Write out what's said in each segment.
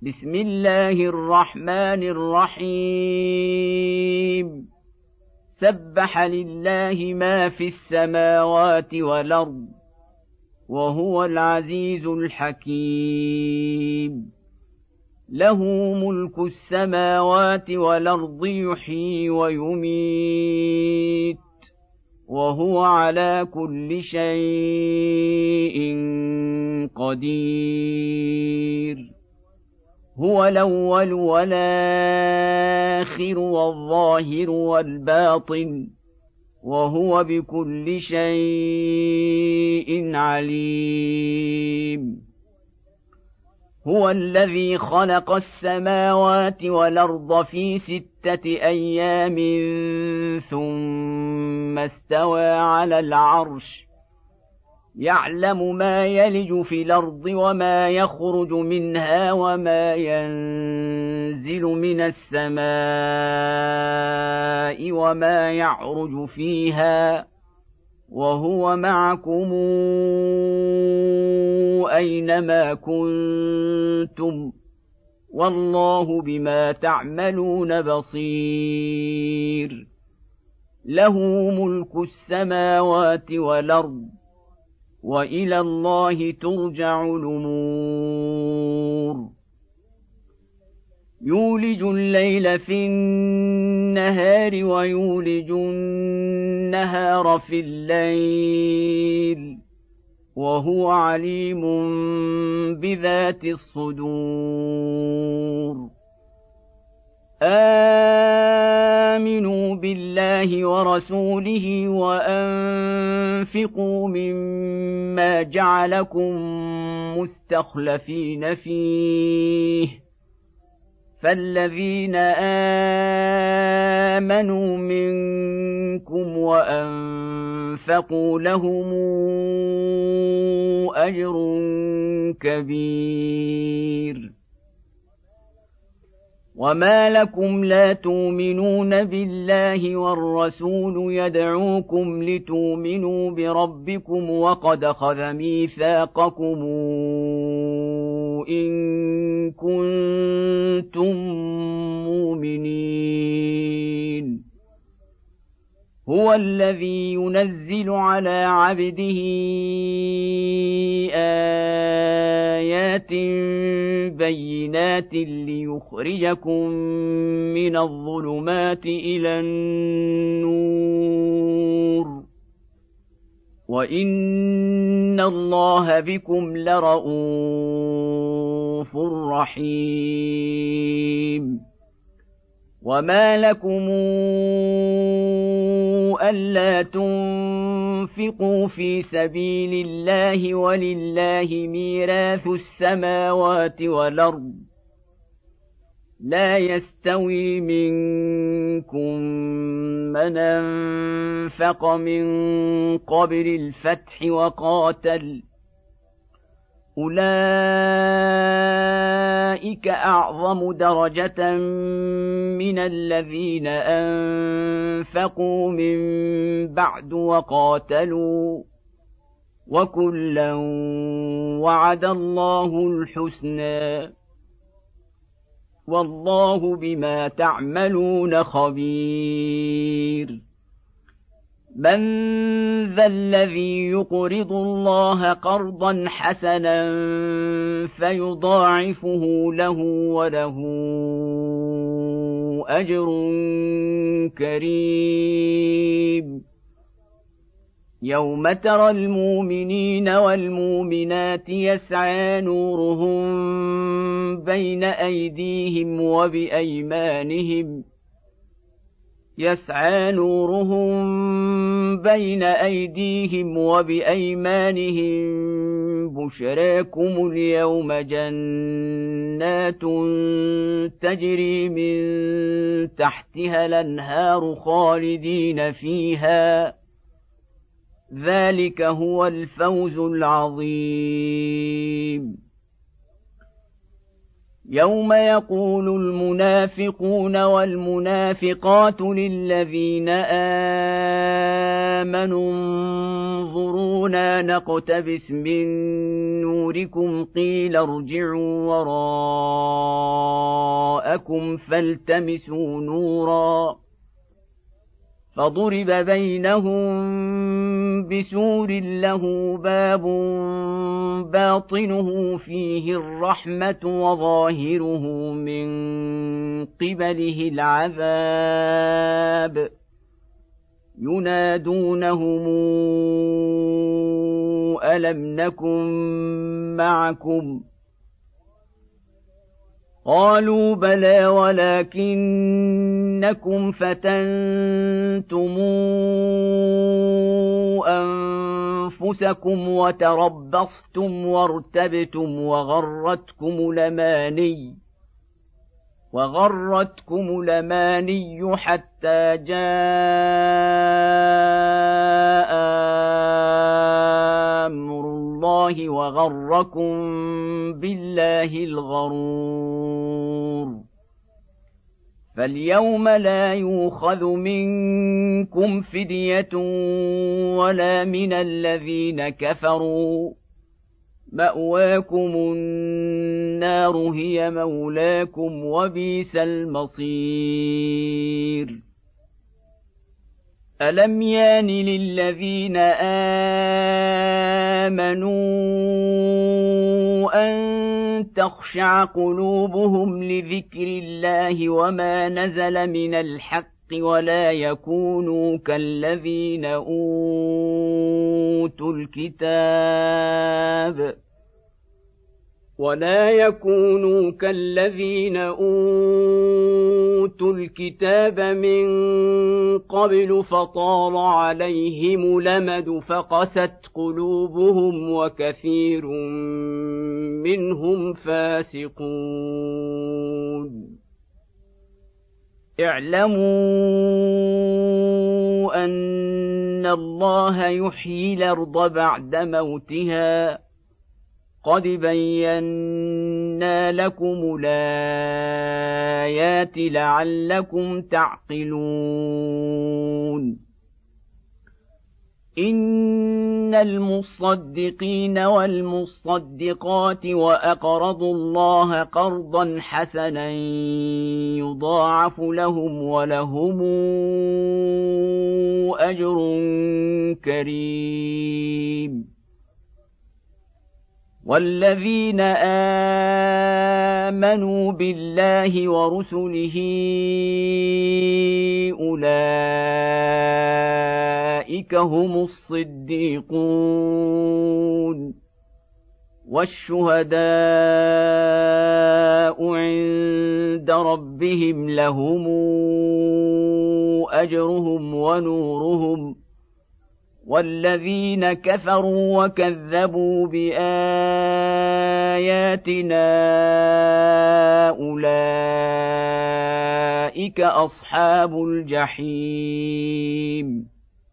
بسم الله الرحمن الرحيم سبح لله ما في السماوات والأرض وهو العزيز الحكيم له ملك السماوات والأرض يحيي ويميت وهو على كل شيء قدير هو الأول والآخر والظاهر والباطن وهو بكل شيء عليم هو الذي خلق السماوات والأرض في 6 أيام ثم استوى على العرش يعلم ما يلج في الأرض وما يخرج منها وما ينزل من السماء وما يعرج فيها وهو معكم أينما كنتم والله بما تعملون بصير له ملك السماوات والأرض وإلى الله ترجع الأمور يولج الليل في النهار ويولج النهار في الليل وهو عليم بذات الصدور آمنوا بالله ورسوله وأنفقوا مما جعلكم مستخلفين فيه فالذين آمنوا منكم وأنفقوا لهم أجر كبير وما لكم لا تؤمنون بالله والرسول يدعوكم لتؤمنوا بربكم وقد أخذ ميثاقكم إن كنتم مؤمنين هو الذي ينزل على عبده آيات بينات ليخرجكم من الظلمات إلى النور وإن الله بكم لرءوف رحيم وما لكم ألا تنفقوا في سبيل الله ولله ميراث السماوات والأرض لا يستوي منكم من أنفق من قبل الفتح وقاتل أولئك أعظم درجة من الذين أنفقوا من بعد وقاتلوا وكلا وعد الله الحسنى والله بما تعملون خبير من ذا الذي يقرض الله قرضا حسنا فيضاعفه له وله أجر كريم يوم ترى المؤمنين والمؤمنات يسعى نورهم بين أيديهم وبأيمانهم بشراكم اليوم جنات تجري من تحتها الأنهار خالدين فيها ذلك هو الفوز العظيم يوم يقول المنافقون والمنافقات للذين آمنوا انظرونا نقتبس من نوركم قيل ارجعوا وراءكم فالتمسوا نورا فضرب بينهم بسور له باب باطنه فيه الرحمة وظاهره من قبله العذاب ينادونهم ألم نكن معكم قالوا بلى ولكنكم فتنتم أنفسكم وتربصتم وارتبتم وغرتكم الأماني حتى جاء أمر الله وغركم بالله الغرور فاليوم لا يؤخذ منكم فدية ولا من الذين كفروا مأواكم النار هي مولاكم وبئس المصير ألم يان للذين آمنوا أن تخشع قلوبهم لذكر الله وما نزل من الحق ولا يكونوا كالذين أوتوا الكتاب من قبل فطال عليهم الأمد فقست قلوبهم وكثير منهم فاسقون اعلموا أن الله يحيي الأرض بعد موتها قد بينا لكم الآيات لعلكم تعقلون إن المصدقين والمصدقات وأقرضوا الله قرضا حسنا يضاعف لهم ولهم أجر كريم والذين آمنوا بالله ورسله أولئك هم الصديقون والشهداء عند ربهم لهم أجرهم ونورهم والذين كفروا وكذبوا بآياتنا أولئك أصحاب الجحيم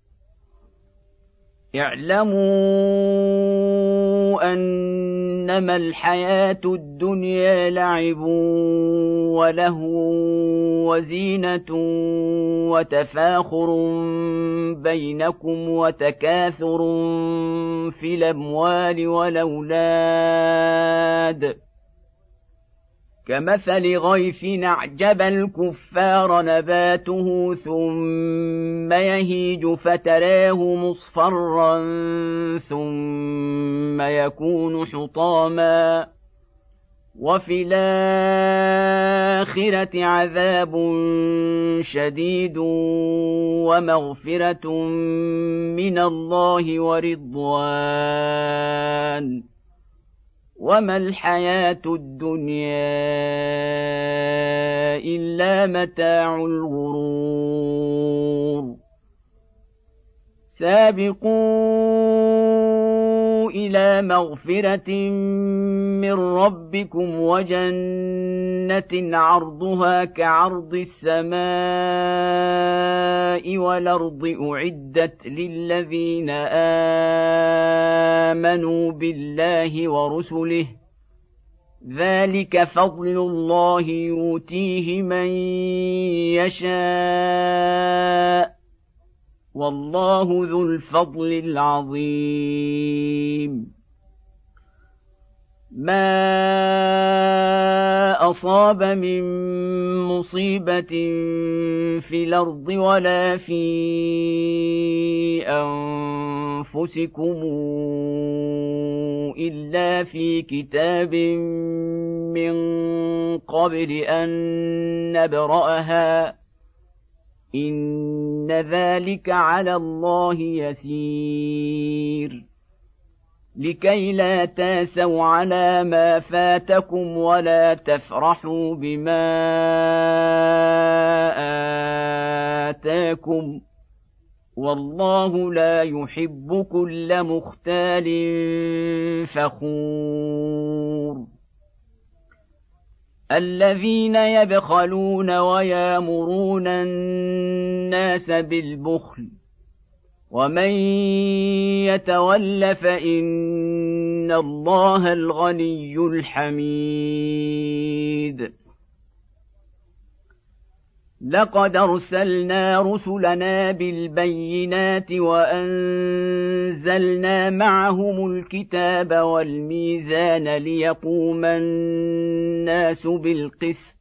اعلموا أنما الحياة الدنيا لعب ولهو وزينة وتفاخر بينكم وتكاثر في الأموال والأولاد كمثل غيث أعجب الكفار نباته ثم يهيج فتراه مصفرا ثم يكون حطاما وفي الآخرة عذاب شديد ومغفرة من الله ورضوان وما الحياة الدنيا إلا متاع الغرور سابقوا إلى مغفرة من ربكم وجنة عرضها كعرض السماء والأرض أعدت للذين آمنوا بالله ورسله ذلك فضل الله يؤتيه من يشاء والله ذو الفضل العظيم ما أصاب من مصيبة في الأرض ولا في أنفسكم إلا في كتاب من قبل أن نبرأها إن ذلك على الله يسير لكي لا تاسوا على ما فاتكم ولا تفرحوا بما آتاكم والله لا يحب كل مختال فخور الذين يبخلون ويامرون الناس بالبخل ومن يتول فإن الله الغني الحميد لقد أرسلنا رسلنا بالبينات وأنزلنا معهم الكتاب والميزان ليقوم الناس بالقسط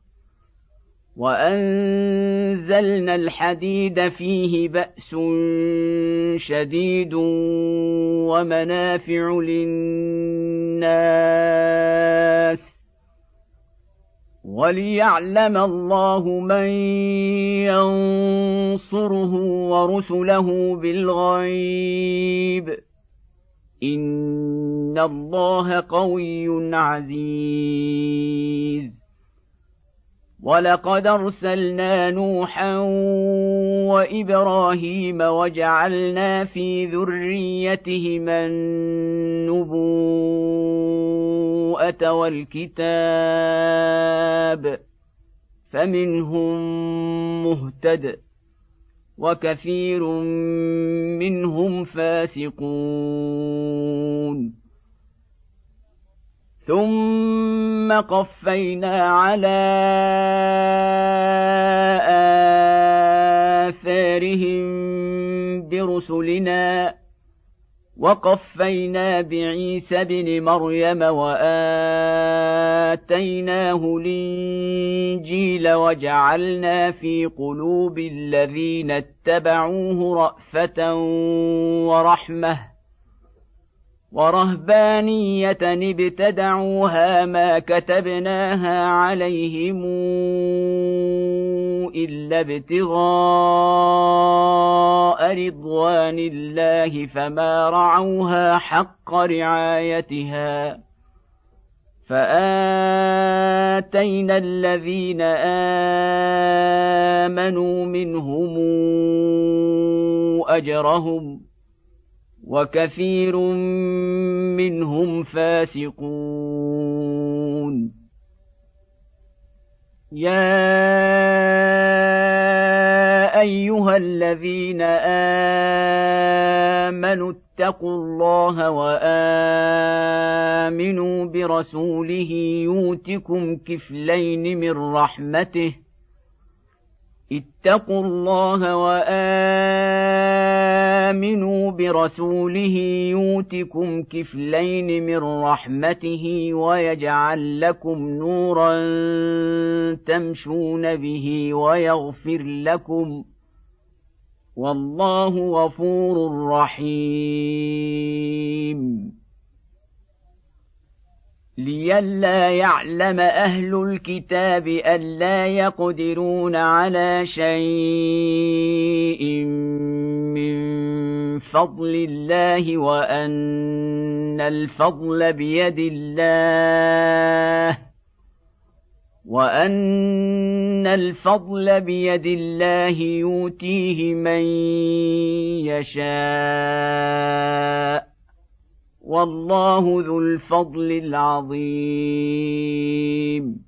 وأنزلنا الحديد فيه بأس شديد ومنافع للناس وليعلم الله من ينصره ورسله بالغيب إن الله قوي عزيز ولقد أرسلنا نوحا وإبراهيم وجعلنا في ذريتهما النبوءة والكتاب فمنهم مهتد وكثير منهم فاسقون ثم قفينا على آثارهم برسلنا وقفينا بعيسى ابن مريم وآتيناه الإنجيل وجعلنا في قلوب الذين اتبعوه رأفة ورحمة ورهبانية ابتدعوها ما كتبناها عليهم إلا ابتغاء رضوان الله فما رعوها حق رعايتها فآتينا الذين آمنوا منهم أجرهم وكثير منهم فاسقون يا أيها الذين آمنوا اتقوا الله وآمنوا برسوله يؤتكم كفلين من رحمته اتقوا الله وآمنوا برسوله يؤتكم كفلين من رحمته ويجعل لكم نورا تمشون به ويغفر لكم والله غفور رحيم لئلا يعلم أهل الكتاب ألا يقدرون على شيء من فضل الله وأن الفضل بيد الله يؤتيه من يشاء والله ذو الفضل العظيم